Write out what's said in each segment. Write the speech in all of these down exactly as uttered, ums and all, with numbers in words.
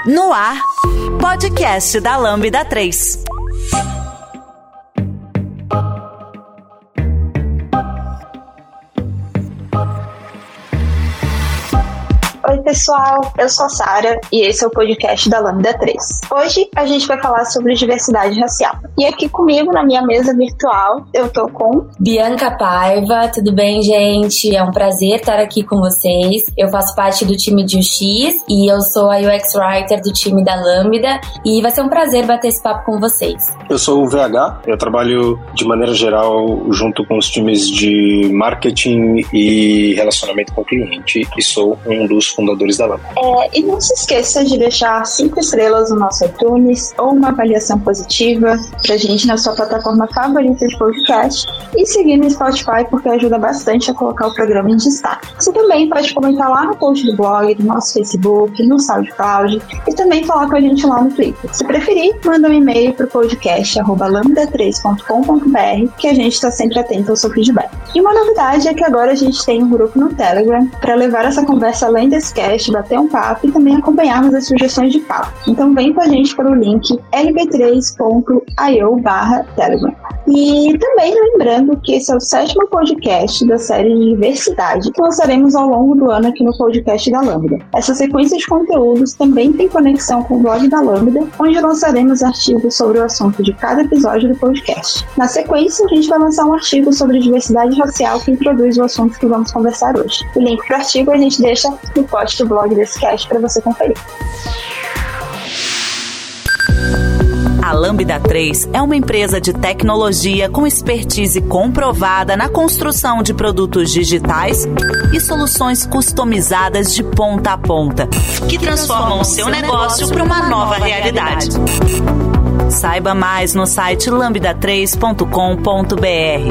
No ar, podcast da Lambda três. Oi pessoal, eu sou a Sara e esse é o podcast da Lambda três. Hoje a gente vai falar sobre diversidade racial. E aqui comigo na minha mesa virtual eu tô com Bianca Paiva. Tudo bem, gente? É um prazer estar aqui com vocês. Eu faço parte do time de U X e eu sou a U X Writer do time da Lambda e vai ser um prazer bater esse papo com vocês. Eu sou o V H, eu trabalho de maneira geral junto com os times de marketing e relacionamento com o cliente e sou um dos fundadores da Lambda. É, e não se esqueça de deixar cinco estrelas no nosso iTunes ou uma avaliação positiva pra gente na sua plataforma favorita de podcast e seguir no Spotify porque ajuda bastante a colocar o programa em destaque. Você também pode comentar lá no post do blog, no nosso Facebook, no SoundCloud e também falar com a gente lá no Twitter. Se preferir, manda um e-mail pro podcast arroba lambda três ponto com ponto b r que a gente está sempre atento ao seu feedback. E uma novidade é que agora a gente tem um grupo no Telegram para levar essa conversa além desse cast, bater um papo e também acompanharmos as sugestões de papo. Então vem com a gente para o link l b três ponto i o barra telegram. E também lembrando que esse é o sétimo podcast da série de diversidade que lançaremos ao longo do ano aqui no podcast da Lambda. Essa sequência de conteúdos também tem conexão com o blog da Lambda, onde lançaremos artigos sobre o assunto de cada episódio do podcast. Na sequência, a gente vai lançar um artigo sobre diversidade racial que introduz o assunto que vamos conversar hoje. O link para o artigo a gente deixa no post do blog desse cast para você conferir. A Lambda três é uma empresa de tecnologia com expertise comprovada na construção de produtos digitais e soluções customizadas de ponta a ponta, que transformam o seu negócio para uma nova realidade. Saiba mais no site lambda três ponto com ponto b r.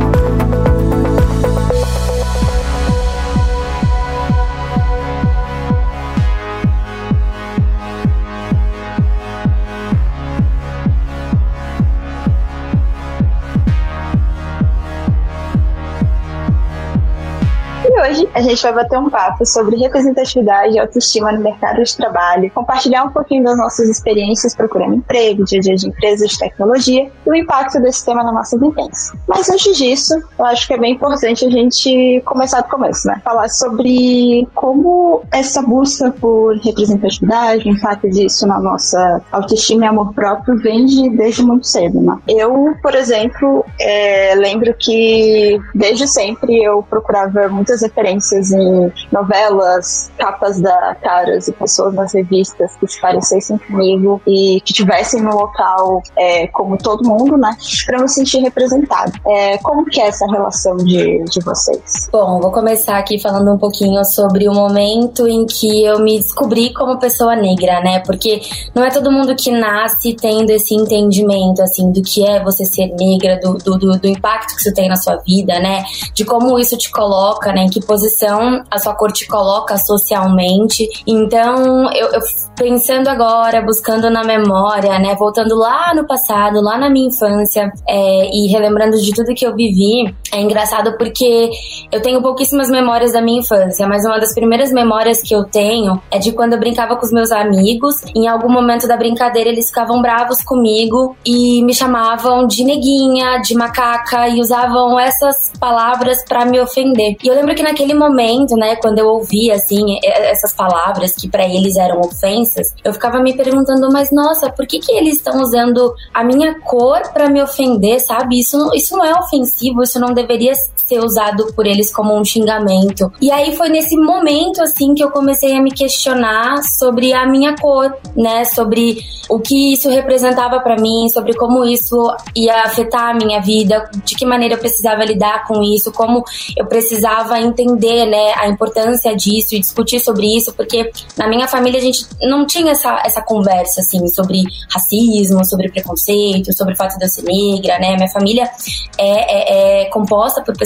Hoje a gente vai bater um papo sobre representatividade e autoestima no mercado de trabalho, compartilhar um pouquinho das nossas experiências procurando emprego, dia a dia de empresas de tecnologia e o impacto desse tema na nossa vivência. Mas antes disso, eu acho que é bem importante a gente começar do começo, né? Falar sobre como essa busca por representatividade, o impacto disso na nossa autoestima e amor próprio vem de, desde muito cedo, né? Eu, por exemplo, é, lembro que desde sempre eu procurava muitas referências em novelas, capas da Caras e pessoas nas revistas que se parecessem comigo e que tivessem no local é, como todo mundo, né? Pra me sentir representado. É, como que é essa relação de, de vocês? Bom, vou começar aqui falando um pouquinho sobre o momento em que eu me descobri como pessoa negra, né? Porque não é todo mundo que nasce tendo esse entendimento, assim, do que é você ser negra, do, do, do, do impacto que isso tem na sua vida, né? De como isso te coloca, né? Em que posição a sua cor te coloca socialmente. Então, eu, eu pensando agora, buscando na memória, né, voltando lá no passado, lá na minha infância, é, e relembrando de tudo que eu vivi, é engraçado porque eu tenho pouquíssimas memórias da minha infância, mas uma das primeiras memórias que eu tenho é de quando eu brincava com os meus amigos. Em algum momento da brincadeira eles ficavam bravos comigo e me chamavam de neguinha, de macaca e usavam essas palavras pra me ofender. E eu lembro que naquele momento, né, quando eu ouvia, assim, essas palavras que pra eles eram ofensas, eu ficava me perguntando, mas nossa, por que que eles estão usando a minha cor pra me ofender, sabe? Isso, isso não é ofensivo, isso não deveria ser usado por eles como um xingamento. E aí foi nesse momento, assim, que eu comecei a me questionar sobre a minha cor, né, sobre o que isso representava pra mim, sobre como isso ia afetar a minha vida, de que maneira eu precisava lidar com isso, como eu precisava entender, né, a importância disso e discutir sobre isso, porque na minha família a gente não tinha essa, essa conversa, assim, sobre racismo, sobre preconceito, sobre o fato de eu ser negra, né, minha família é, é, é composta por pessoas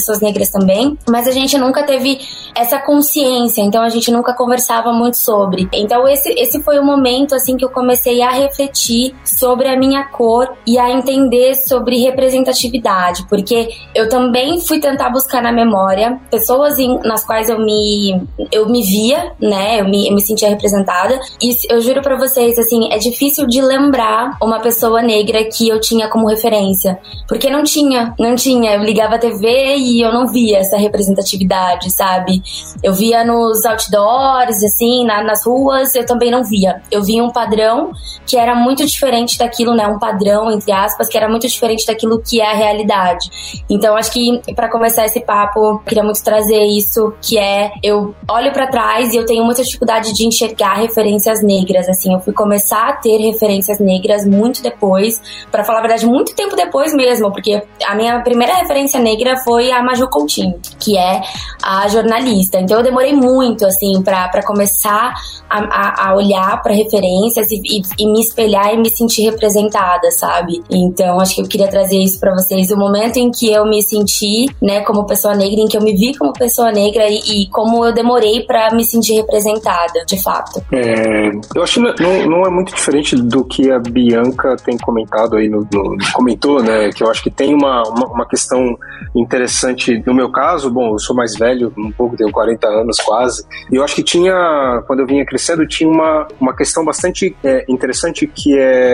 pessoas negras também, mas a gente nunca teve essa consciência, então a gente nunca conversava muito sobre. Então esse, esse foi o momento, assim, que eu comecei a refletir sobre a minha cor e a entender sobre representatividade, porque eu também fui tentar buscar na memória pessoas em, nas quais eu me, eu me via, né, eu me, eu me sentia representada, e eu juro pra vocês, assim, é difícil de lembrar uma pessoa negra que eu tinha como referência, porque não tinha, não tinha, eu ligava a T V e eu não via essa representatividade, sabe? Eu via nos outdoors, assim, na, nas ruas, eu também não via. Eu via um padrão que era muito diferente daquilo, né, um padrão, entre aspas, que era muito diferente daquilo que é a realidade. Então, acho que pra começar esse papo, eu queria muito trazer isso, que é, eu olho pra trás e eu tenho muita dificuldade de enxergar referências negras, assim, eu fui começar a ter referências negras muito depois, pra falar a verdade, muito tempo depois mesmo, porque a minha primeira referência negra foi a Maju Coutinho, que é a jornalista. Então eu demorei muito, assim, pra, pra começar a, a, a olhar pra referências e, e, e me espelhar e me sentir representada, sabe? Então acho que eu queria trazer isso pra vocês, o momento em que eu me senti, né, como pessoa negra, em que eu me vi como pessoa negra e, e como eu demorei pra me sentir representada, de fato. É, eu acho que não, não é muito diferente do que a Bianca tem comentado aí, no, no, comentou, né, que eu acho que tem uma, uma, uma questão interessante. No meu caso, bom, eu sou mais velho, um pouco, tenho quarenta anos quase, e eu acho que tinha, quando eu vinha crescendo, tinha uma, uma questão bastante é, interessante, que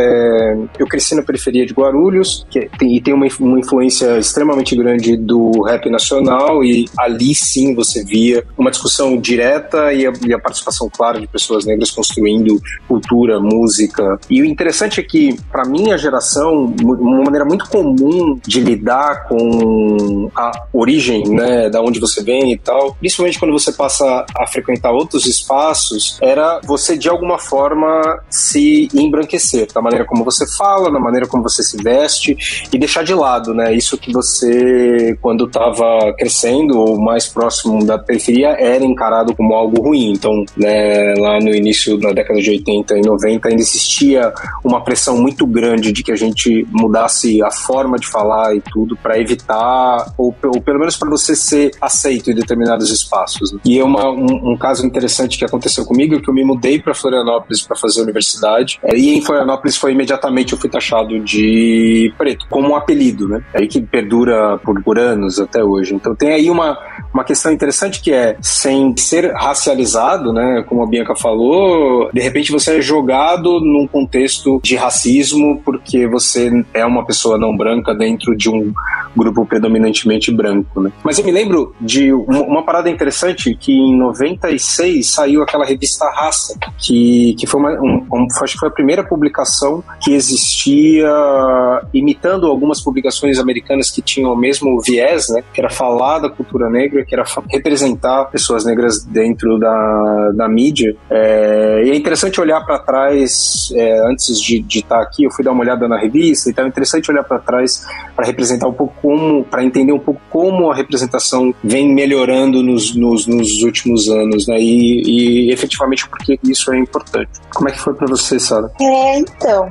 é, eu cresci na periferia de Guarulhos, que tem, e tem uma, uma influência extremamente grande do rap nacional, e ali sim você via uma discussão direta e a, e a participação clara de pessoas negras construindo cultura, música. E o interessante é que, para minha geração, uma maneira muito comum de lidar com a origem, né, da onde você vem e tal, principalmente quando você passa a frequentar outros espaços, era você de alguma forma se embranquecer, da maneira como você fala, na maneira como você se veste, e deixar de lado, né, isso que você, quando estava crescendo ou mais próximo da periferia, era encarado como algo ruim. Então, né, lá no início da década de oitenta e noventa ainda existia uma pressão muito grande de que a gente mudasse a forma de falar e tudo para evitar, ou, ou pelo menos para você ser aceito em determinados espaços, né? E é uma, um, um caso interessante que aconteceu comigo, que eu me mudei para Florianópolis para fazer universidade, e em Florianópolis foi imediatamente eu fui taxado de preto, como um apelido, né? Aí que perdura por, por anos até hoje. Então tem aí uma, uma questão interessante, que é, sem ser racializado, né, como a Bianca falou, de repente você é jogado num contexto de racismo porque você é uma pessoa não branca dentro de um grupo predominantemente branco, né? Mas eu me lembro de uma, uma parada interessante, que em noventa e seis saiu aquela revista Raça, que, que foi uma, um, um, acho que foi a primeira publicação que existia imitando algumas publicações americanas que tinham o mesmo viés, né, que era falar da cultura negra, que era representar pessoas negras dentro da, da mídia. É, e é interessante olhar para trás, é, antes de, de estar aqui, eu fui dar uma olhada na revista, então é interessante olhar para trás para representar um pouco como, para entender um pouco como a representação vem melhorando nos, nos, nos últimos anos, né, e, e efetivamente porque isso é importante. Como é que foi para você, Sara? É, então,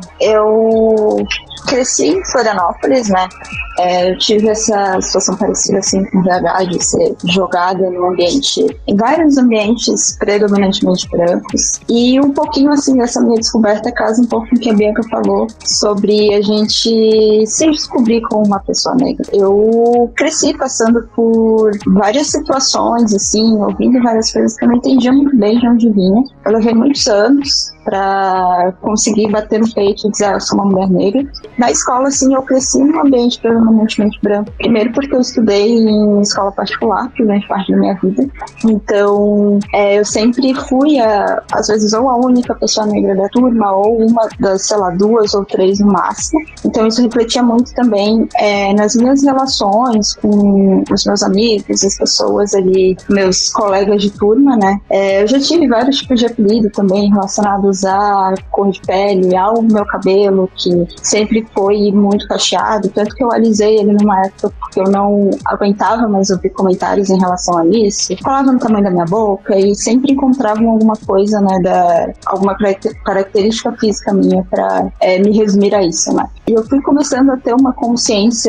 eu cresci em Florianópolis, né? É, eu tive essa situação parecida assim com o V H, de ser jogada no ambiente, em vários ambientes predominantemente brancos. E um pouquinho assim dessa minha descoberta casa um pouco com o que a Bianca falou sobre a gente se descobrir como uma pessoa negra. Eu cresci passando por várias situações, assim, ouvindo várias coisas que eu não entendia muito bem de onde vinha. Eu levei muitos anos pra conseguir bater no peito e dizer, ah, eu sou uma mulher negra. Na escola, assim, eu cresci num ambiente predominantemente branco. Primeiro porque eu estudei em escola particular, por grande parte da minha vida. Então, é, eu sempre fui, a, às vezes, ou a única pessoa negra da turma, ou uma das, sei lá, duas ou três no máximo. Então, isso refletia muito também é, nas minhas relações com os meus amigos, as pessoas ali, meus colegas de turma, né? É, eu já tive vários tipos de apelido também relacionados cabelos, a cor de pele, ao meu cabelo, que sempre foi muito cacheado, tanto que eu alisei ele numa época porque eu não aguentava mais ouvir comentários em relação a isso. Falavam no tamanho da minha boca e sempre encontravam alguma coisa, né, da, alguma característica física minha pra é, me resumir a isso, né. E eu fui começando a ter uma consciência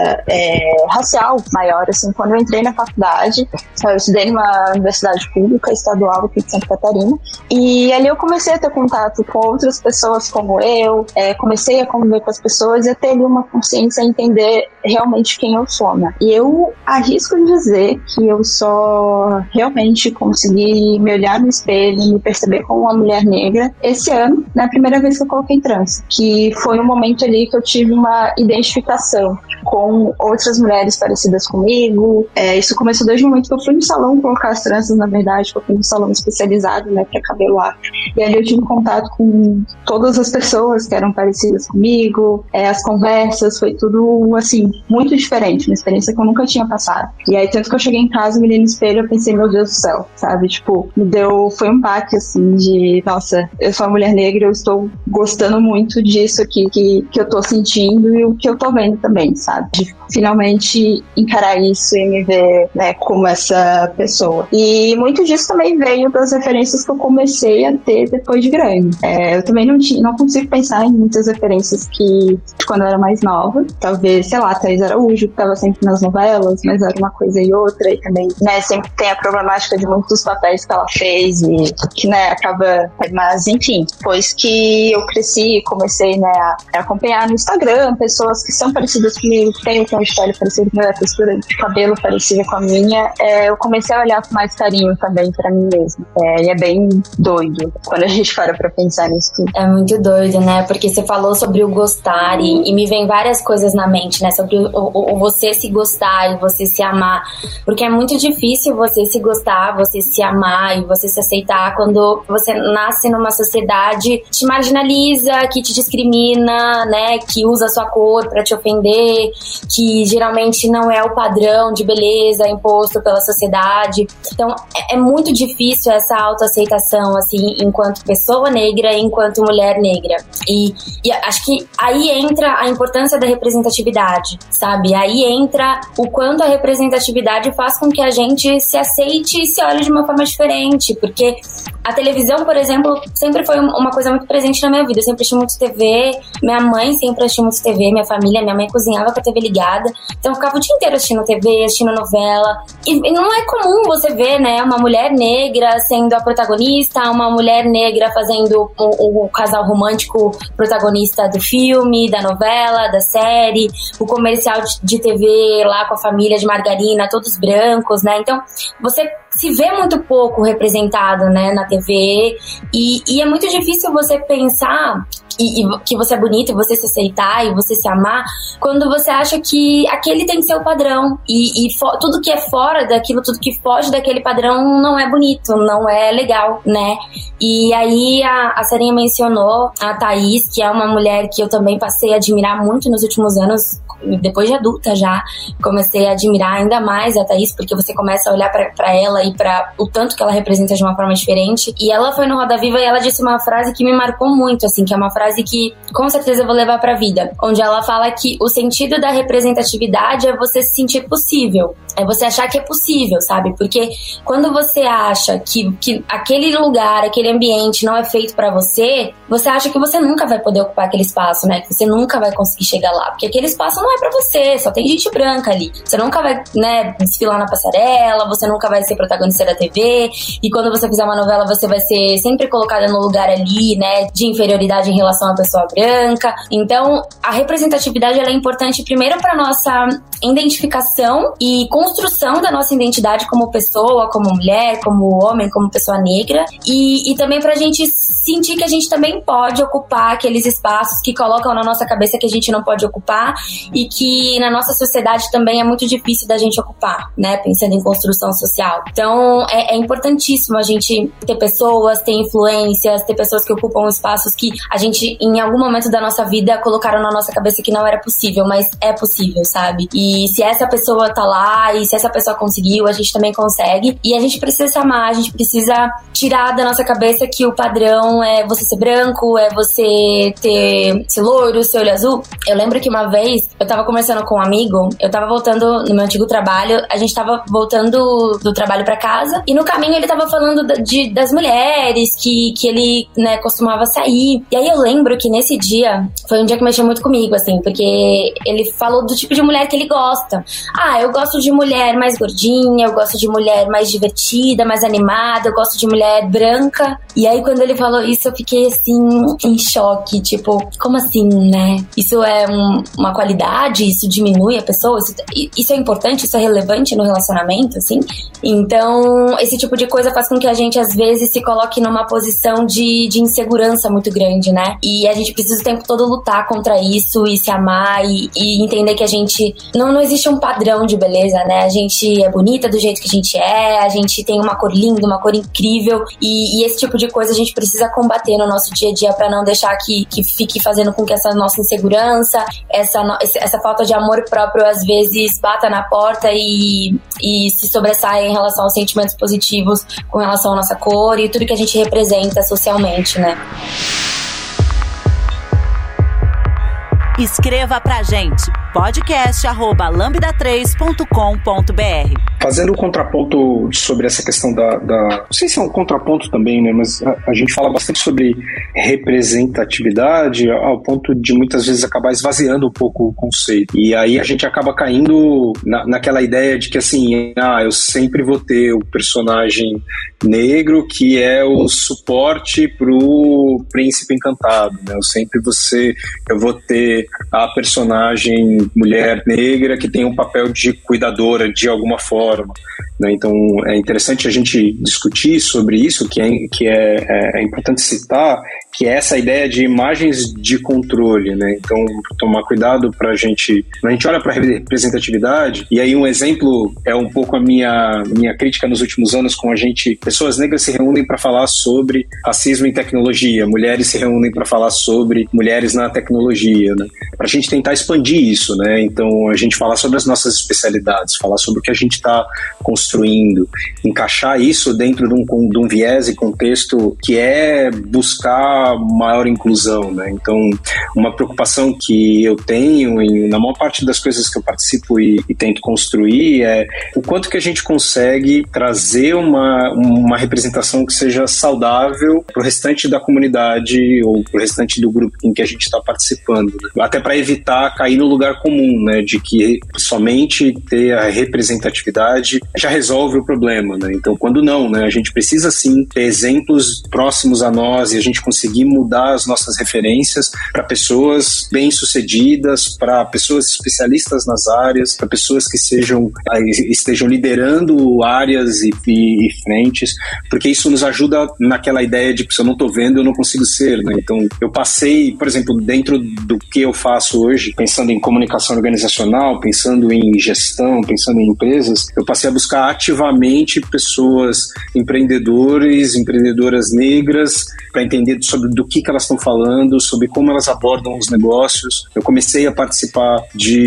é, racial maior, assim, quando eu entrei na faculdade. Eu estudei numa universidade pública, estadual aqui de Santa Catarina, e ali eu comecei a ter contato com outras pessoas como eu, é, comecei a conviver com as pessoas e a ter ali uma consciência, a entender realmente quem eu sou, né? E eu arrisco dizer que eu só realmente consegui me olhar no espelho, me perceber como uma mulher negra esse ano, na primeira vez que eu coloquei trança, que foi um momento ali que eu tive uma identificação com outras mulheres parecidas comigo. É, isso começou desde o momento que eu fui no salão colocar as tranças, na verdade, que eu fui no salão especializado, né, para cabelo afro. E ali eu tive contato com todas as pessoas que eram parecidas comigo, é, as conversas, foi tudo, assim, muito diferente, uma experiência que eu nunca tinha passado. E aí, tanto que eu cheguei em casa, me olhei no espelho, eu pensei, meu Deus do céu, sabe? Tipo, me deu, foi um baque, assim, de, nossa, eu sou uma mulher negra, eu estou gostando muito disso aqui que, que eu tô sentindo e o que eu tô vendo também, sabe? De finalmente encarar isso e me ver, né, como essa pessoa. E muito disso também veio das referências que eu comecei a ter depois de grande. É, eu também não, tinha, não consigo pensar em muitas referências que, de quando eu era mais nova. Talvez, sei lá, Thaís Araújo, que estava sempre nas novelas, mas era uma coisa e outra, e também, né, sempre tem a problemática de muitos papéis que ela fez e que, né, acaba... Mas, enfim, depois que eu cresci e comecei, né, a acompanhar no Instagram pessoas que são parecidas comigo, que têm uma história parecida com a textura de cabelo parecida com a minha, é, eu comecei a olhar com mais carinho também pra mim mesma. É, e é bem doido quando a gente para pra pensar nisso tudo. É muito doido, né? Porque você falou sobre o gostar e, e me vem várias coisas na mente, né? Sobre o, o, o você se gostar e você se amar. Porque é muito difícil você se gostar, você se amar e você se aceitar quando você nasce numa sociedade que te marginaliza, que te discrimina, né? Que usa a sua cor pra te ofender, que geralmente não é o padrão de beleza imposto pela sociedade. Então, é, é muito difícil essa autoaceitação, assim, enquanto pessoa negra, enquanto mulher negra. E, e acho que aí entra a importância da representatividade, sabe? Aí entra o quanto a representatividade faz com que a gente se aceite e se olhe de uma forma diferente, porque a televisão, por exemplo, sempre foi uma coisa muito presente na minha vida. Eu sempre assisti muito T V, minha mãe sempre assistiu muito T V, minha família, minha mãe cozinhava com a T V ligada, então eu ficava o dia inteiro assistindo T V, assistindo novela, e, e não é comum você ver, né, uma mulher negra sendo a protagonista, uma mulher negra fazendo o, o casal romântico protagonista do filme, da novela, da série, o comercial de, de T V lá com a família de margarina, todos brancos, né, então você se vê muito pouco representado, né, na T V, e, e é muito difícil você pensar E, e que você é bonito, e você se aceitar e você se amar, quando você acha que aquele tem que ser o padrão e, e fo- tudo que é fora daquilo, tudo que foge daquele padrão não é bonito, não é legal, né? E aí a, a Sarinha mencionou a Thaís, que é uma mulher que eu também passei a admirar muito nos últimos anos, depois de adulta já, comecei a admirar ainda mais a Thaís, porque você começa a olhar pra, pra ela e pra o tanto que ela representa de uma forma diferente. E ela foi no Roda Viva e ela disse uma frase que me marcou muito, assim, que é uma frase que com certeza eu vou levar pra vida, onde ela fala que o sentido da representatividade é você se sentir possível, é você achar que é possível, sabe? Porque quando você acha que, que aquele lugar, aquele ambiente não é feito pra você, você acha que você nunca vai poder ocupar aquele espaço, né? Que você nunca vai conseguir chegar lá, porque aquele espaço não é pra você, só tem gente branca ali. Você nunca vai, né, desfilar na passarela, você nunca vai ser protagonista da T V, e quando você fizer uma novela, você vai ser sempre colocada no lugar ali, né, de inferioridade em relação à pessoa branca. Então, a representatividade, ela é importante primeiro pra nossa identificação e construção da nossa identidade como pessoa, como mulher, como homem, como pessoa negra, e, e também pra gente sentir que a gente também pode ocupar aqueles espaços que colocam na nossa cabeça que a gente não pode ocupar e que na nossa sociedade também é muito difícil da gente ocupar, né, pensando em construção social. Então, é, é importantíssimo a gente ter pessoas, ter influências, ter pessoas que ocupam espaços que a gente, em algum momento da nossa vida, colocaram na nossa cabeça que não era possível, mas é possível, sabe? E se essa pessoa tá lá tentar, e se essa pessoa conseguiu, a gente também consegue. E a gente precisa se amar, a gente precisa tirar da nossa cabeça que o padrão é você ser branco, é você ter ser loiro, ser olho azul. Eu lembro que uma vez eu tava conversando com um amigo, eu tava voltando no meu antigo trabalho, a gente tava voltando do trabalho pra casa, e no caminho ele tava falando de, das mulheres que, que ele, né, costumava sair. E aí eu lembro que nesse dia foi um dia que mexeu muito comigo, assim, porque ele falou do tipo de mulher que ele gosta. Ah, eu gosto de mulher mais gordinha, eu gosto de mulher mais divertida, mais animada, eu gosto de mulher branca. E aí quando ele falou isso eu fiquei assim, em choque, tipo, como assim, né? Isso é um, uma qualidade? Isso diminui a pessoa? Isso, isso é importante? Isso é relevante no relacionamento, assim? Então, esse tipo de coisa faz com que a gente às vezes se coloque numa posição de, de insegurança muito grande, né? E a gente precisa o tempo todo lutar contra isso e se amar e, e entender que a gente... Não, não existe um padrão de beleza, né? A gente é bonita do jeito que a gente é, a gente tem uma cor linda, uma cor incrível, e, e esse tipo de coisa a gente precisa combater no nosso dia a dia pra não deixar que, que fique fazendo com que essa nossa insegurança, essa, no, essa falta de amor próprio às vezes bata na porta e, e se sobressaia em relação aos sentimentos positivos com relação à nossa cor e tudo que a gente representa socialmente, né? Escreva pra gente, podcast arroba lambda três ponto com ponto b r. Fazendo um contraponto sobre essa questão da, da... Não sei se é um contraponto também, né? Mas a, a gente fala bastante sobre representatividade ao ponto de muitas vezes acabar esvaziando um pouco o conceito. E aí a gente acaba caindo na, naquela ideia de que assim, ah, eu sempre vou ter o personagem negro que é o suporte pro príncipe encantado, né? Eu sempre vou ser, eu vou ter a personagem mulher negra que tem um papel de cuidadora de alguma forma, né? Então é interessante a gente discutir sobre isso, que é, que é, é, é importante citar, que é essa ideia de imagens de controle, né? Então tomar cuidado para a gente, a gente olha para a representatividade, e aí um exemplo é um pouco a minha, minha crítica nos últimos anos com a gente, pessoas negras se reúnem para falar sobre racismo em tecnologia, mulheres se reúnem para falar sobre mulheres na tecnologia, né? Para a gente tentar expandir isso, né? Então a gente falar sobre as nossas especialidades, falar sobre o que a gente está construindo, encaixar isso dentro de um, de um viés e contexto que é buscar maior inclusão, né? Então uma preocupação que eu tenho em, na maior parte das coisas que eu participo e, e tento construir é o quanto que a gente consegue trazer uma, uma representação que seja saudável para o restante da comunidade ou para o restante do grupo em que a gente está participando, né? Até para evitar cair no lugar comum, né? De que somente ter a representatividade já resolve o problema, né? Então quando não, né? A gente precisa sim ter exemplos próximos a nós e a gente conseguir mudar as nossas referências para pessoas bem-sucedidas, para pessoas especialistas nas áreas, para pessoas que sejam, estejam liderando áreas e, e, e frentes, porque isso nos ajuda naquela ideia de que se eu não estou vendo, eu não consigo ser, né? Então eu passei, por exemplo, dentro do que eu faço hoje, pensando em comunicação organizacional, pensando em gestão, pensando em empresas, eu passei a buscar ativamente pessoas, empreendedores, empreendedoras negras, para entender sobre do que, que elas estão falando, sobre como elas abordam os negócios. Eu comecei a participar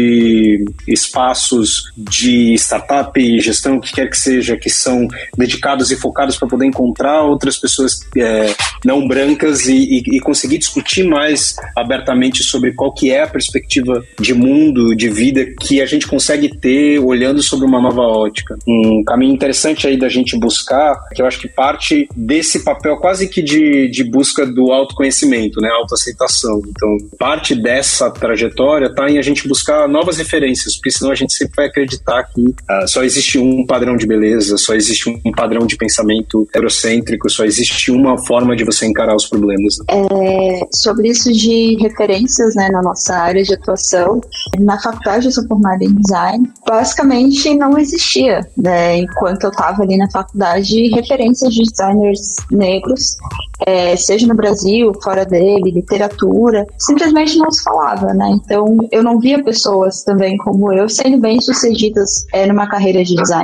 de espaços de startup e gestão, o que quer que seja, que são dedicados e focados para poder encontrar outras pessoas é, não brancas e, e, e conseguir discutir mais abertamente sobre qual que é a perspectiva de mundo, de vida que a gente consegue ter olhando sobre uma nova ótica. Um caminho interessante aí da gente buscar, que eu acho que parte desse papel quase que de, de busca do autoconhecimento, né, autoaceitação. Então, parte dessa trajetória está em a gente buscar novas referências, porque senão a gente sempre vai acreditar que uh, só existe um padrão de beleza, só existe um padrão de pensamento eurocêntrico, só existe uma forma de você encarar os problemas. É, sobre isso de referências, né, na nossa área de atuação, na faculdade eu sou formada em design, basicamente não existia, né, enquanto eu estava ali na faculdade, referências de designers negros, é, seja no Brasil, fora dele, literatura, simplesmente não se falava, né? Então eu não via pessoas também como eu sendo bem-sucedidas é, numa carreira de design.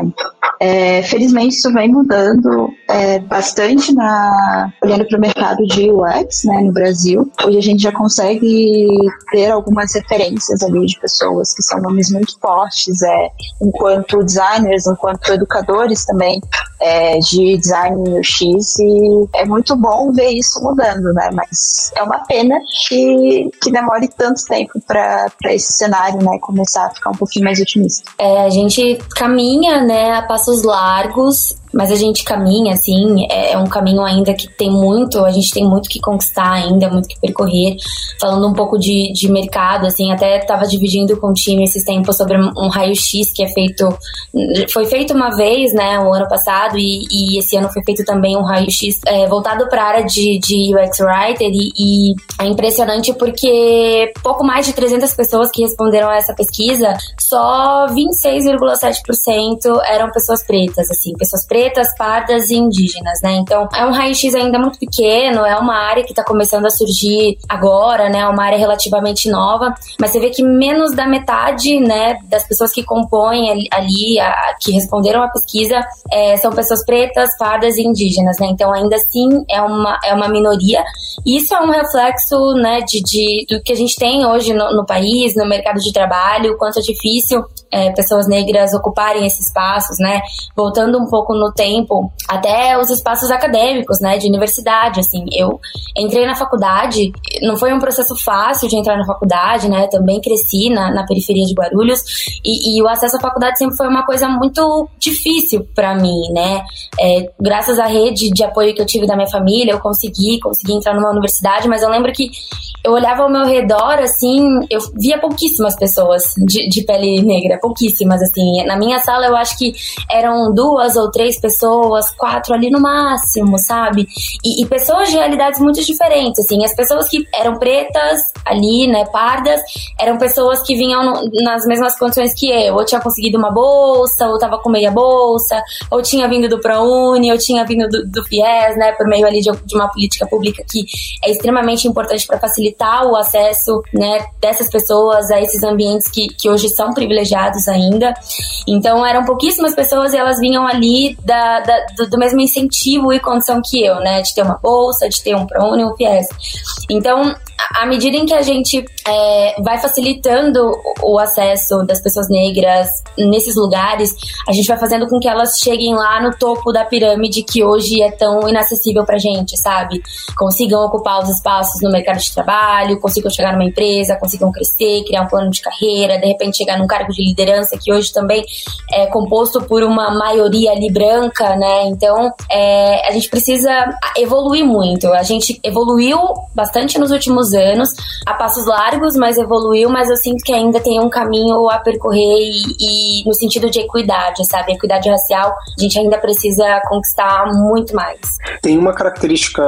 É, felizmente isso vem mudando é, bastante na, olhando para o mercado de U X, né, no Brasil. Hoje a gente já consegue ter algumas referências ali de pessoas que são nomes muito fortes, é, enquanto designers, enquanto educadores também é, de design U X, e é muito bom ver isso mudando, né? Mas é uma pena que, que demore tanto tempo para esse cenário, né, começar a ficar um pouquinho mais otimista. É, a gente caminha, né, a passos largos, mas a gente caminha, assim, é um caminho ainda que tem muito, a gente tem muito que conquistar ainda, muito que percorrer. Falando um pouco de, de mercado, assim, até estava dividindo com o time esses tempos sobre um raio-x que é feito, foi feito uma vez, né, o ano passado, e, e esse ano foi feito também um raio-x é, voltado para a área de, de U X Writer, e, e é impressionante porque pouco mais de trezentas pessoas que responderam a essa pesquisa, só vinte e seis vírgula sete por cento eram pessoas pretas, assim, pessoas pretas, pretas, pardas e indígenas, né? Então, é um raio-x ainda muito pequeno, é uma área que está começando a surgir agora, né? É uma área relativamente nova, mas você vê que menos da metade, né, das pessoas que compõem ali, ali a, que responderam à pesquisa, é, são pessoas pretas, pardas e indígenas, né? Então, ainda assim, é uma, é uma minoria. E isso é um reflexo, né, de, de, do que a gente tem hoje no, no país, no mercado de trabalho, o quanto é difícil é, pessoas negras ocuparem esses espaços, né? Voltando um pouco no tempo, até os espaços acadêmicos, né, de universidade, assim, eu entrei na faculdade, não foi um processo fácil de entrar na faculdade, né, também cresci na, na periferia de Guarulhos, e, e o acesso à faculdade sempre foi uma coisa muito difícil pra mim, né, é, graças à rede de apoio que eu tive da minha família, eu consegui, consegui entrar numa universidade, mas eu lembro que eu olhava ao meu redor, assim, eu via pouquíssimas pessoas de, de pele negra, pouquíssimas, assim, na minha sala eu acho que eram duas ou três pessoas, quatro ali no máximo, sabe? E, e pessoas de realidades muito diferentes, assim. As pessoas que eram pretas ali, né, pardas, eram pessoas que vinham no, nas mesmas condições que eu. Ou tinha conseguido uma bolsa, ou tava com meia bolsa, ou tinha vindo do ProUni, ou tinha vindo do, do FIES, né, por meio ali de, de uma política pública que é extremamente importante para facilitar o acesso, né, dessas pessoas a esses ambientes que, que hoje são privilegiados ainda. Então, eram pouquíssimas pessoas e elas vinham ali Da, da, do, do mesmo incentivo e condição que eu, né, de ter uma bolsa, de ter um ProUni ou um FIES. Então, à medida em que a gente é, vai facilitando o acesso das pessoas negras nesses lugares, a gente vai fazendo com que elas cheguem lá no topo da pirâmide que hoje é tão inacessível pra gente, sabe? Consigam ocupar os espaços no mercado de trabalho, consigam chegar numa empresa, consigam crescer, criar um plano de carreira, de repente chegar num cargo de liderança que hoje também é composto por uma maioria ali branca, né? Então, é, a gente precisa evoluir muito. A gente evoluiu bastante nos últimos anos, a passos largos, mas evoluiu, mas eu sinto que ainda tem um caminho a percorrer e, e no sentido de equidade, sabe? Equidade racial, a gente ainda precisa conquistar muito mais. Tem uma característica,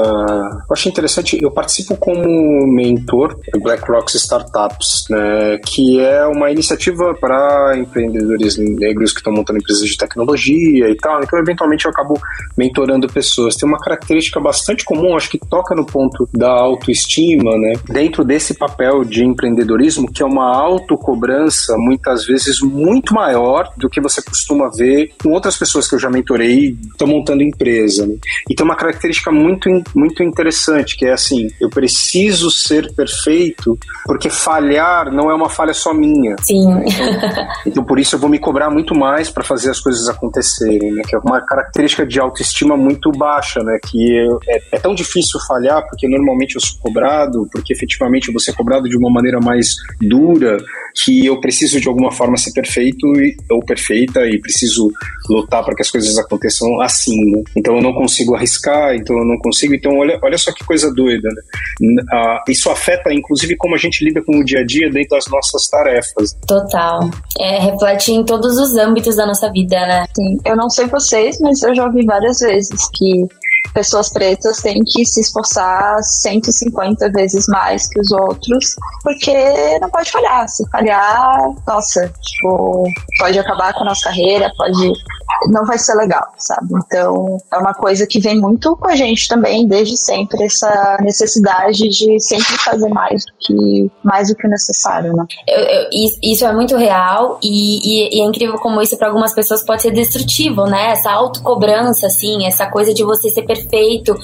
eu acho interessante, eu participo como mentor do BlackRock Startups, né, que é uma iniciativa para empreendedores negros que estão montando empresas de tecnologia e tal, então eventualmente eu acabo mentorando pessoas. Tem uma característica bastante comum, acho que toca no ponto da autoestima, né, dentro desse papel de empreendedorismo, que é uma autocobrança muitas vezes muito maior do que você costuma ver com outras pessoas que eu já mentorei e estão montando empresa, né? E tem uma característica muito, muito interessante, que é assim, eu preciso ser perfeito porque falhar não é uma falha só minha. Sim. Então, então por isso eu vou me cobrar muito mais para fazer as coisas acontecerem, né? Que é uma característica de autoestima muito baixa, né? Que é, é tão difícil falhar porque normalmente eu sou cobrado, porque efetivamente eu vou ser cobrado de uma maneira mais dura, que eu preciso de alguma forma ser perfeito e, ou perfeita e preciso lutar para que as coisas aconteçam assim, né? Então eu não consigo arriscar, então eu não consigo, então olha, olha só que coisa doida, né? Ah, isso afeta inclusive como a gente lida com o dia a dia dentro das nossas tarefas. Total. É, reflete em todos os âmbitos da nossa vida, né? Sim. Eu não sei vocês, mas eu já ouvi várias vezes que pessoas pretas têm que se esforçar cento e cinquenta vezes mais que os outros, porque não pode falhar. Se falhar, nossa, tipo, pode acabar com a nossa carreira, pode não vai ser legal, sabe? Então, é uma coisa que vem muito com a gente também, desde sempre, essa necessidade de sempre fazer mais do que, mais do que o necessário, né? Eu, eu, isso é muito real e, e, e é incrível como isso para algumas pessoas pode ser destrutivo, né? Essa autocobrança, assim, essa coisa de você ser perfeito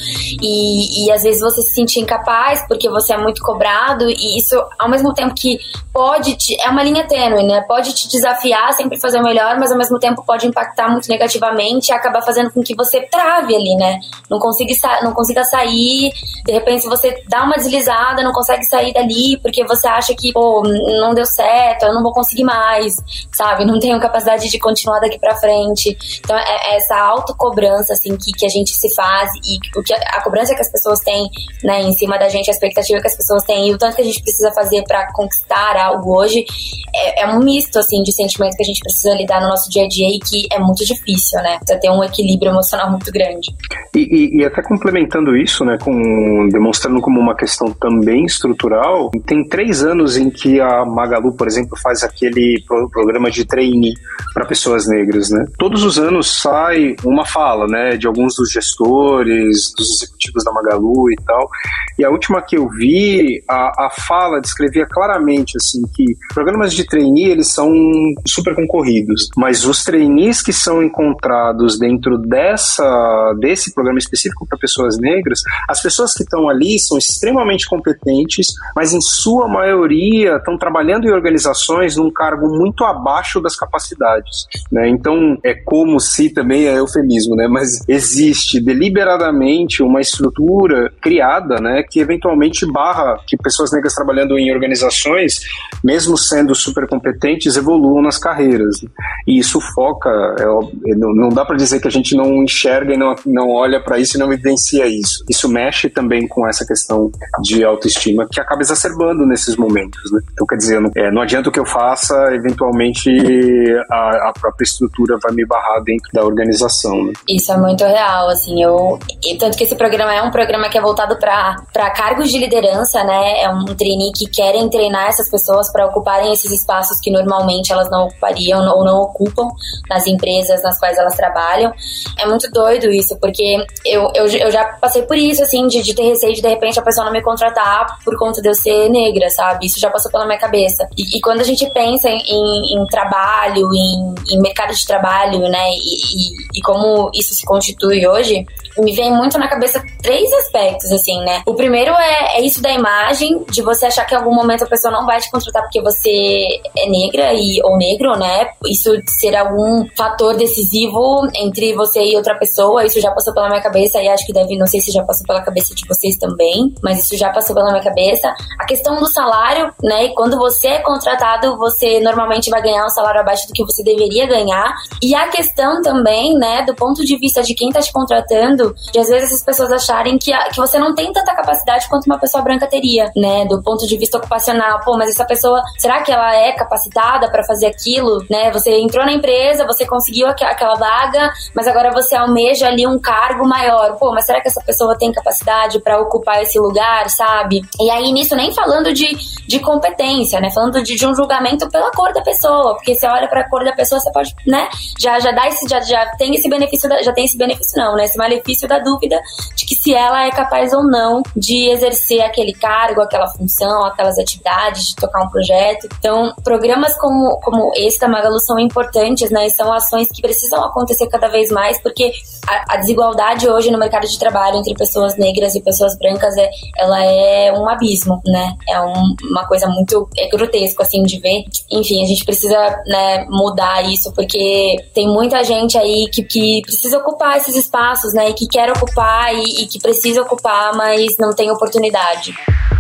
e, e às vezes você se sentir incapaz porque você é muito cobrado, e isso, ao mesmo tempo que pode te, é uma linha tênue, né? Pode te desafiar a sempre fazer o melhor, mas ao mesmo tempo pode impactar muito negativamente e acabar fazendo com que você trave ali, né? Não consiga, não consiga sair, de repente você dá uma deslizada, não consegue sair dali porque você acha que, pô, não deu certo, eu não vou conseguir mais, sabe? Não tenho capacidade de continuar daqui pra frente. Então é essa autocobrança, assim, que, que a gente se faz, e o que a, a cobrança que as pessoas têm, né, em cima da gente, a expectativa que as pessoas têm e o tanto que a gente precisa fazer pra conquistar algo hoje, é, é um misto, assim, de sentimentos que a gente precisa lidar no nosso dia a dia e que é muito difícil, né? Precisa ter um equilíbrio emocional muito grande. E, e, e até complementando isso, né, com, demonstrando como uma questão também estrutural, tem três anos em que a Magalu, por exemplo, faz aquele pro, programa de trainee para pessoas negras, né? Todos os anos sai uma fala, né, de alguns dos gestores, dos executivos da Magalu e tal, e a última que eu vi, a, a fala descrevia claramente, assim, que programas de trainee, eles são super concorridos, mas os trainees que são encontrados dentro dessa, desse programa específico para pessoas negras, as pessoas que estão ali são extremamente competentes, mas em sua maioria estão trabalhando em organizações num cargo muito abaixo das capacidades, né? Então é como se, também é eufemismo, né? Mas existe deliberadamente uma estrutura criada, né, que eventualmente barra que pessoas negras trabalhando em organizações, mesmo sendo super competentes, evoluam nas carreiras. E isso foca, é, não dá para dizer que a gente não enxerga e não, não olha para isso e não evidencia isso. Isso mexe também com essa questão de autoestima que acaba exacerbando nesses momentos, né? Então, quer dizer, não, é, não adianta o que eu faça, eventualmente a, a própria estrutura vai me barrar dentro da organização, né? Isso é muito real, assim, eu... E tanto que esse programa é um programa que é voltado para cargos de liderança, né? É um trainee que querem treinar essas pessoas para ocuparem esses espaços que normalmente elas não ocupariam ou não ocupam nas empresas nas quais elas trabalham. É muito doido isso, porque eu, eu, eu já passei por isso, assim, de, de ter receio de, de repente, a pessoa não me contratar por conta de eu ser negra, sabe? Isso já passou pela minha cabeça. E, e quando a gente pensa em, em, em trabalho, em, em mercado de trabalho, né, e, e, e como isso se constitui hoje, me vem muito na cabeça três aspectos, assim, né? O primeiro é, é isso da imagem, de você achar que em algum momento a pessoa não vai te contratar porque você é negra e, ou negro, né? Isso ser algum fator decisivo entre você e outra pessoa, isso já passou pela minha cabeça e acho que deve, não sei se já passou pela cabeça de vocês também, mas isso já passou pela minha cabeça. A questão do salário, né? E quando você é contratado, você normalmente vai ganhar um salário abaixo do que você deveria ganhar. E a questão também, né, do ponto de vista de quem tá te contratando, de às vezes as pessoas acharem que, a, que você não tem tanta capacidade quanto uma pessoa branca teria, né, do ponto de vista ocupacional. Pô, mas essa pessoa, será que ela é capacitada pra fazer aquilo, né? Você entrou na empresa, você conseguiu aqu- aquela vaga, mas agora você almeja ali um cargo maior. Pô, mas será que essa pessoa tem capacidade pra ocupar esse lugar, sabe? E aí nisso nem falando de, de competência, né, falando de, de um julgamento pela cor da pessoa, porque você olha pra cor da pessoa, você pode, né, já, já dá esse, já, já tem esse benefício, da, já tem esse benefício não, né, esse malefício da dúvida de que se ela é capaz ou não de exercer aquele cargo, aquela função, aquelas atividades, de tocar um projeto. Então, programas como, como esse da Magalu são importantes, né, e são ações que precisam acontecer cada vez mais, porque a, a desigualdade hoje no mercado de trabalho entre pessoas negras e pessoas brancas, é, ela é um abismo, né, é um, uma coisa muito é grotesco, assim, de ver. Enfim, a gente precisa, né, mudar isso, porque tem muita gente aí que, que precisa ocupar esses espaços, né, e que quer ocupar e, e que precisa ocupar, mas não tem oportunidade.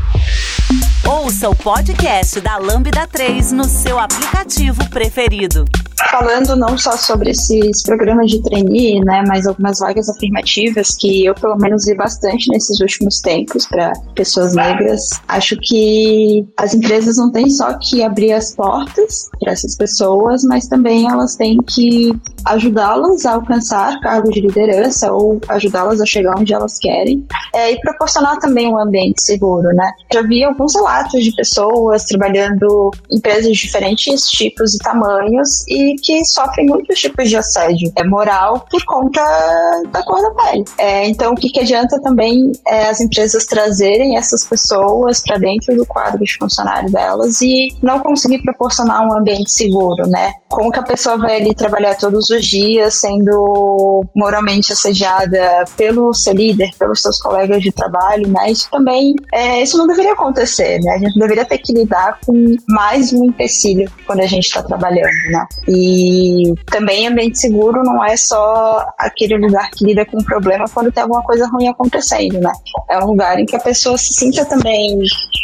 Ouça o podcast da Lambda três no seu aplicativo preferido. Falando não só sobre esses programas de trainee, né, mas algumas vagas afirmativas que eu pelo menos vi bastante nesses últimos tempos para pessoas negras. Acho que as empresas não têm só que abrir as portas para essas pessoas, mas também elas têm que ajudá-las a alcançar cargos de liderança ou ajudá-las a chegar onde elas querem, é, e proporcionar também um ambiente seguro, né? Já vi alguns relatos de pessoas trabalhando em empresas de diferentes tipos e tamanhos e que sofrem muitos tipos de assédio é, moral por conta da cor da pele. É, então, o que, que adianta também é as empresas trazerem essas pessoas para dentro do quadro de funcionário delas e não conseguir proporcionar um ambiente seguro, né? Como que a pessoa vai ali trabalhar todos os dias sendo moralmente assediada pelo seu líder, pelos seus colegas de trabalho, né? Isso também, é, isso não deveria acontecer, né? A gente deveria ter que lidar com mais um empecilho quando a gente está trabalhando, né? E também ambiente seguro não é só aquele lugar que lida com um problema quando tem alguma coisa ruim acontecendo, né? É um lugar em que a pessoa se sinta também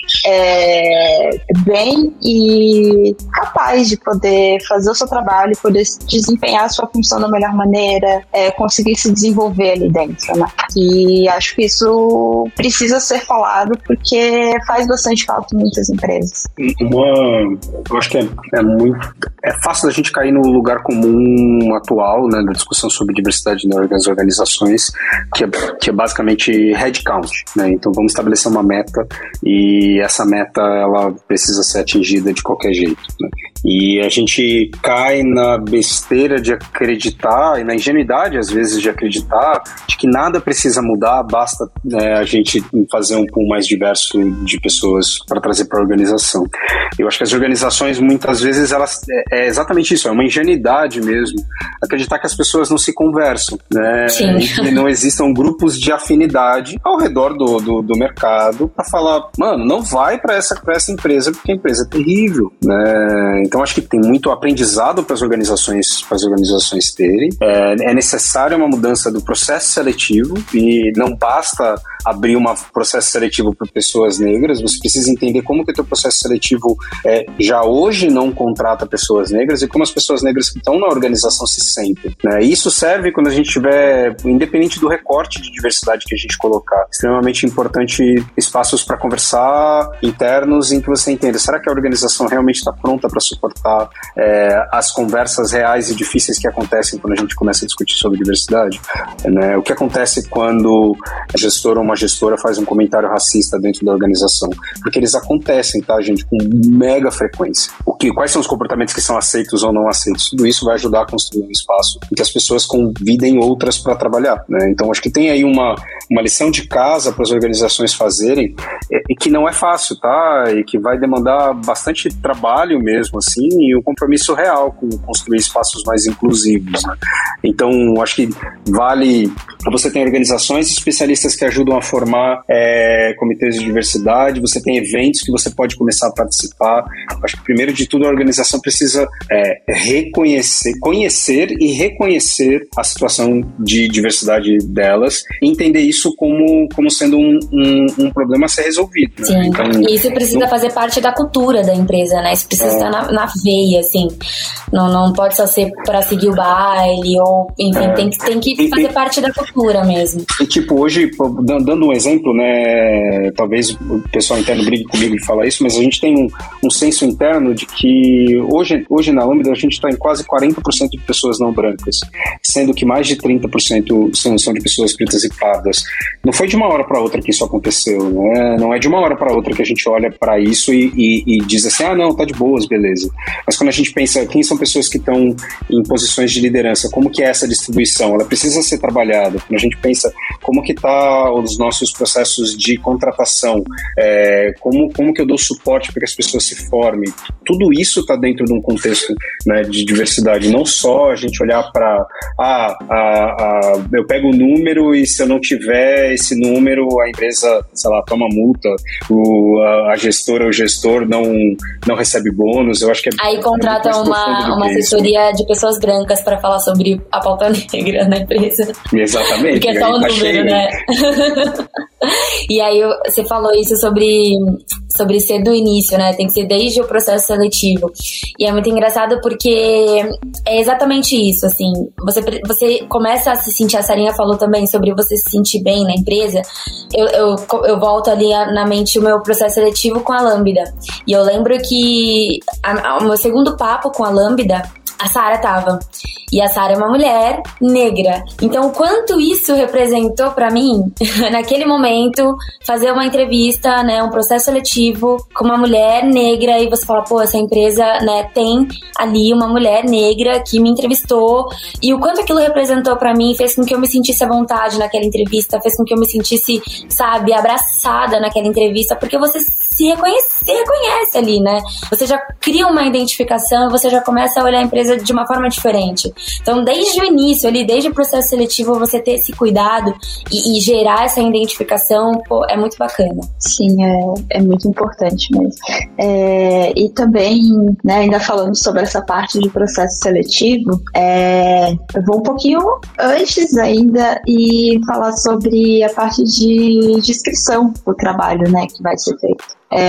é, bem e capaz de poder fazer o seu trabalho, poder desempenhar a sua função da melhor maneira, é, conseguir se desenvolver ali dentro, né? E acho que isso precisa ser falado porque faz bastante falta em muitas empresas. Uma, eu acho que é, é muito é fácil da gente cair no lugar comum atual, né, da discussão sobre diversidade nas organizações, que é, que é basicamente headcount, né? Então vamos estabelecer uma meta e essa meta ela precisa ser atingida de qualquer jeito, né? E a gente cai na besteira de acreditar e na ingenuidade às vezes de acreditar de que nada precisa mudar, basta né, a gente fazer um pool mais diverso de pessoas para trazer para a organização. Eu acho que as organizações muitas vezes elas é, é exatamente isso, é uma ingenuidade mesmo, acreditar que as pessoas não se conversam, né? E não existam grupos de afinidade ao redor do, do, do mercado para falar, mano, não vai para essa, para essa empresa porque a empresa é terrível, né? Então acho que tem muito aprendizado para as organizações, para as organizações terem. É, é necessária uma mudança do processo seletivo e não basta abrir um processo seletivo para pessoas negras, você precisa entender como que o teu processo seletivo é, já hoje não contrata pessoas negras e como as pessoas negras que estão na organização se sentem, né? Isso serve quando a gente tiver, independente do recorte de diversidade que a gente colocar, extremamente importante espaços para conversar internos em que você entenda, será que a organização realmente está pronta para suportar é, as conversas reais e difíceis que acontecem quando a gente começa a discutir sobre diversidade, né? O que acontece quando a gestora ou uma gestora faz um comentário racista dentro da organização? Porque eles acontecem, tá, gente, com mega frequência. O que, quais são os comportamentos que são aceitos ou não aceitos? Tudo isso vai ajudar a construir um espaço em que as pessoas convidem outras para trabalhar, né? Então acho que tem aí uma, uma lição de casa para as organizações fazerem e, e que não é fácil, tá? E que vai demandar bastante trabalho mesmo, assim, e um compromisso real com construir espaços mais inclusivos, né? Então acho que vale, você tem organizações especialistas que ajudam a formar é, comitês de diversidade, você tem eventos que você pode começar a participar. Acho que primeiro de tudo a organização precisa é, reconhecer, conhecer e reconhecer a situação de diversidade delas e entender isso como, como sendo um, um, um problema a ser resolvido, né? Sim, então, e isso precisa não... fazer parte da cultura da empresa, né? Isso precisa é. estar na, na veia, assim. Não, não pode só ser para seguir o baile ou, enfim, é. tem, tem que fazer e, parte da cultura mesmo. E tipo, hoje, dando um exemplo, né, talvez o pessoal interno brigue comigo de falar isso, mas a gente tem um, um senso interno de que hoje, hoje na Lambda a gente está em quase quarenta por cento de pessoas não brancas, sendo que mais de trinta por cento são, são de pessoas pretas e pardas. Não foi de uma hora para outra que isso aconteceu, né? Não é de uma hora para outra que a gente olha para isso e, e, e diz assim, ah não, tá de boas, beleza. Mas quando a gente pensa quem são pessoas que estão em posições de liderança, como que é essa distribuição? Ela precisa ser trabalhada. Quando a gente pensa como que tá os nossos processos de contratação, é, como, como que eu dou suporte para que as pessoas se formem, tudo isso está dentro de um contexto, né, de diversidade, não só a gente olhar para ah, a, a, eu pego o número e se eu não tiver esse número a empresa, sei lá, toma multa, o, a, a gestora ou o gestor não, não recebe bônus. Eu acho que é, aí contrata é uma, uma assessoria isso, de pessoas brancas para falar sobre a pauta negra na empresa. Exatamente. Porque é só um número, cheio, né? E aí você falou isso sobre, sobre ser do início, né? Tem que ser desde o processo seletivo. E é muito engraçado porque é exatamente isso, assim. Você, você começa a se sentir, a Sarinha falou também sobre você se sentir bem na empresa. Eu, eu, eu volto ali na mente o meu processo seletivo com a Lambda. E eu lembro que a, a, o meu segundo papo com a Lambda a Sara tava. E a Sara é uma mulher negra. Então, o quanto isso representou pra mim, naquele momento, fazer uma entrevista, né, um processo seletivo com uma mulher negra, e você fala, pô, essa empresa, né, tem ali uma mulher negra que me entrevistou, e o quanto aquilo representou pra mim, fez com que eu me sentisse à vontade naquela entrevista, fez com que eu me sentisse, sabe, abraçada naquela entrevista, porque você se reconhece, se reconhece ali, né? Você já cria uma identificação, você já começa a olhar a empresa de uma forma diferente. Então, desde o início ali, desde o processo seletivo, você ter esse cuidado e, e gerar essa identificação, pô, é muito bacana. Sim, é, é muito importante mesmo. É, e também, né, ainda falando sobre essa parte de processo seletivo, é, eu vou um pouquinho antes ainda e falar sobre a parte de, de inscrição do trabalho, né, que vai ser feito.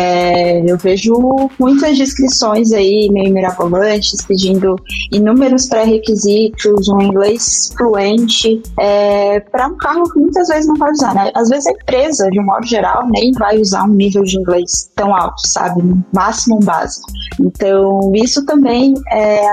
É, eu vejo muitas descrições aí meio mirabolantes, pedindo inúmeros pré-requisitos, um inglês fluente, é, para um cargo que muitas vezes não vai usar, né? Às vezes a empresa, de um modo geral, nem vai usar um nível de inglês tão alto, sabe? No máximo um básico. Então, isso também é,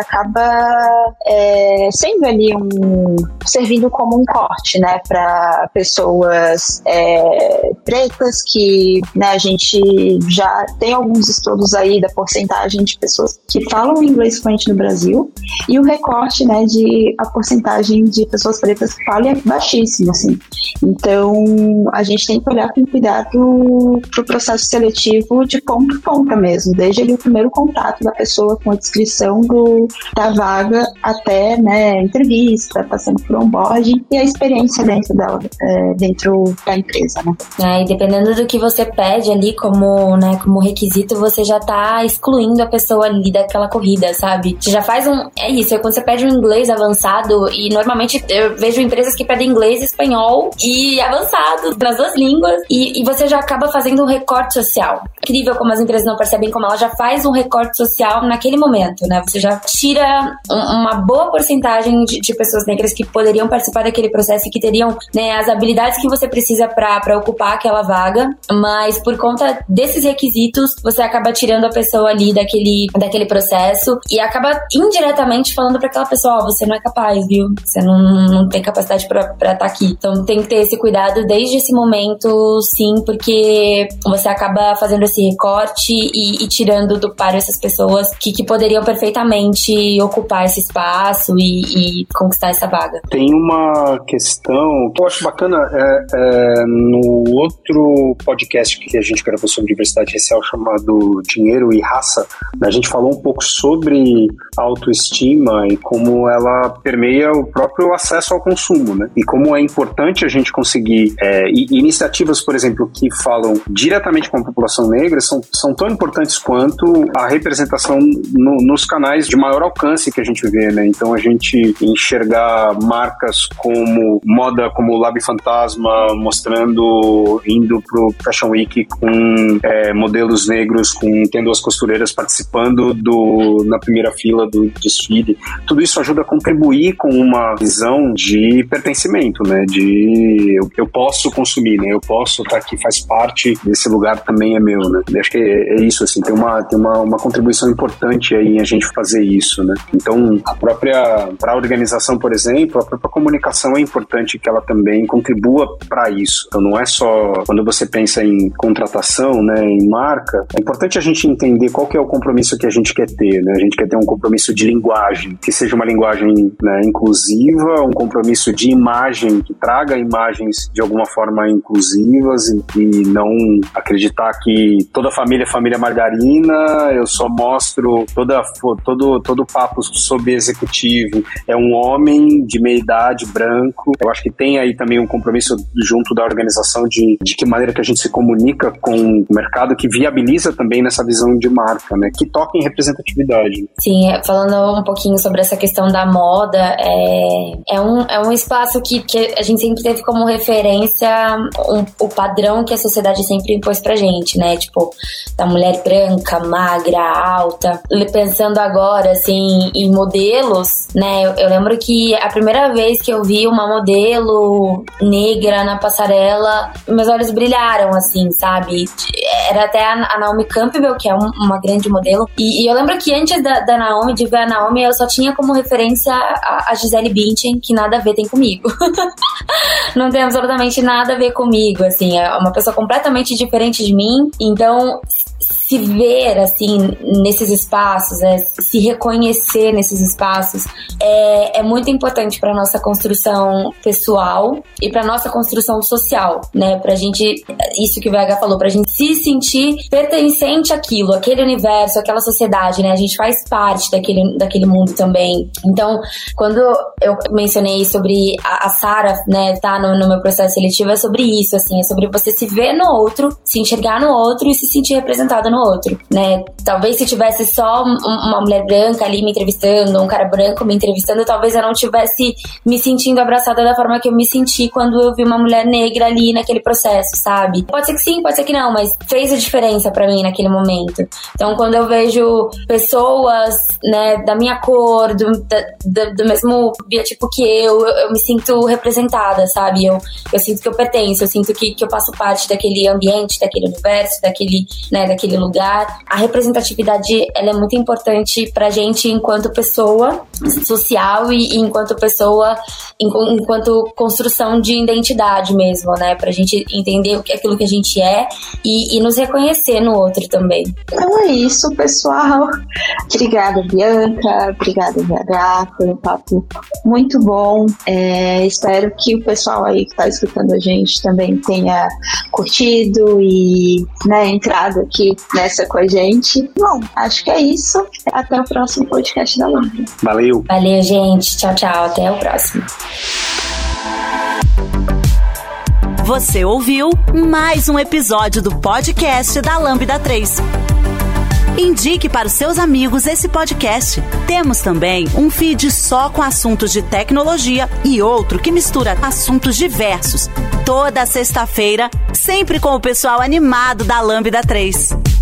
acaba é, sendo ali um... servindo como um corte, né? Para pessoas é, pretas que, né, a gente já tem alguns estudos aí da porcentagem de pessoas que falam inglês fluente no Brasil, e o recorte, né, de a porcentagem de pessoas pretas que falam é baixíssimo, assim. Então, a gente tem que olhar com cuidado pro processo seletivo de ponta a ponta mesmo, desde ali o primeiro contato da pessoa com a descrição do, da vaga até, né, entrevista, passando por onboarding e a experiência dentro dela, é, dentro da empresa, né. É, e dependendo do que você pede ali como Né, como requisito, você já tá excluindo a pessoa ali daquela corrida, sabe? Você já faz um... É isso, é quando você pede um inglês avançado, e normalmente eu vejo empresas que pedem inglês, espanhol e avançado, nas duas línguas, e, e você já acaba fazendo um recorte social. Incrível como as empresas não percebem, como ela já faz um recorte social naquele momento, né? Você já tira um, uma boa porcentagem de, de pessoas negras que poderiam participar daquele processo e que teriam, né, as habilidades que você precisa pra, pra ocupar aquela vaga, mas por conta desse esses requisitos, você acaba tirando a pessoa ali daquele, daquele processo e acaba indiretamente falando pra aquela pessoa, ó, oh, você não é capaz, viu? Você não, não tem capacidade pra estar tá aqui. Então tem que ter esse cuidado desde esse momento, sim, porque você acaba fazendo esse recorte e, e tirando do páreo essas pessoas que, que poderiam perfeitamente ocupar esse espaço e, e conquistar essa vaga. Tem uma questão que eu acho bacana, é, é, no outro podcast que a gente gravou sobre diversidade racial chamado Dinheiro e Raça, a gente falou um pouco sobre autoestima e como ela permeia o próprio acesso ao consumo, né? E como é importante a gente conseguir é, iniciativas, por exemplo, que falam diretamente com a população negra são, são tão importantes quanto a representação no, nos canais de maior alcance que a gente vê, né? Então a gente enxergar marcas como moda, como o Lab Fantasma mostrando, indo pro Fashion Week com É, modelos negros, com tendo as costureiras participando do, na primeira fila do desfile. Tudo isso ajuda a contribuir com uma visão de pertencimento, né? De eu, eu posso consumir, né? Eu posso estar aqui, faz parte desse lugar, também é meu, né? Eu acho que é, é isso, assim, tem uma, tem uma, uma contribuição importante aí em a gente fazer isso, né? Então, a própria, para a organização, por exemplo, a própria comunicação é importante que ela também contribua para isso. Então, não é só quando você pensa em contratação, né, em marca, é importante a gente entender qual que é o compromisso que a gente quer ter, né? A gente quer ter um compromisso de linguagem, que seja uma linguagem, né, inclusiva, um compromisso de imagem, que traga imagens de alguma forma inclusivas e, e não acreditar que toda família é família margarina, eu só mostro toda, todo, todo papo sobre executivo, é um homem de meia idade, branco. Eu acho que tem aí também um compromisso junto da organização de, de que maneira que a gente se comunica com o mercado, que viabiliza também nessa visão de marca, né? Que toca em representatividade. Sim, falando um pouquinho sobre essa questão da moda, é, é, um, é um espaço que, que a gente sempre teve como referência um, o padrão que a sociedade sempre impôs pra gente, né? Tipo, da mulher branca, magra, alta. Pensando agora, assim, em modelos, né? Eu, eu lembro que a primeira vez que eu vi uma modelo negra na passarela, meus olhos brilharam, assim, sabe? era até a, a Naomi Campbell, que é um, uma grande modelo. E, e eu lembro que antes da, da Naomi, de ver a Naomi, eu só tinha como referência a, a Gisele Bündchen, que nada a ver tem comigo. Não tem absolutamente nada a ver comigo, assim, é uma pessoa completamente diferente de mim. Então, se ver, assim, nesses espaços, é, se reconhecer nesses espaços, é, é muito importante para nossa construção pessoal e para nossa construção social, né? Pra gente, isso que o V H falou, pra gente se sentir pertencente àquilo, àquele universo, àquela sociedade, né? A gente faz parte daquele, daquele mundo também. Então, quando eu mencionei sobre a, a Sarah, né, tá no, no meu processo seletivo, é sobre isso, assim, é sobre você se ver no outro, se enxergar no outro e se sentir representado no outro, né? Talvez se tivesse só uma mulher branca ali me entrevistando, um cara branco me entrevistando, talvez eu não tivesse me sentindo abraçada da forma que eu me senti quando eu vi uma mulher negra ali naquele processo, sabe? Pode ser que sim, pode ser que não, mas fez a diferença pra mim naquele momento. Então, quando eu vejo pessoas, né, da minha cor, do, da, do mesmo biotipo que eu, eu, eu me sinto representada, sabe? Eu, eu sinto que eu pertenço, eu sinto que, que eu faço parte daquele ambiente, daquele universo, daquele, né, daquele lugar. A representatividade, ela é muito importante pra gente enquanto pessoa social e, e enquanto pessoa, em, enquanto construção de identidade mesmo, né? Pra gente entender o que, aquilo que a gente é e, e nos reconhecer no outro também. Então é isso, pessoal. Obrigada, Bianca. Obrigada, V H. Foi um papo muito bom. É, espero que o pessoal aí que tá escutando a gente também tenha curtido e, né, entrado aqui nessa com a gente. Bom, acho que é isso. Até o próximo podcast da Lambda. Valeu. Valeu, gente. Tchau, tchau. Até o próximo. Você ouviu mais um episódio do podcast da Lambda três. Indique para os seus amigos esse podcast. Temos também um feed só com assuntos de tecnologia e outro que mistura assuntos diversos. Toda sexta-feira, sempre com o pessoal animado da Lambda três.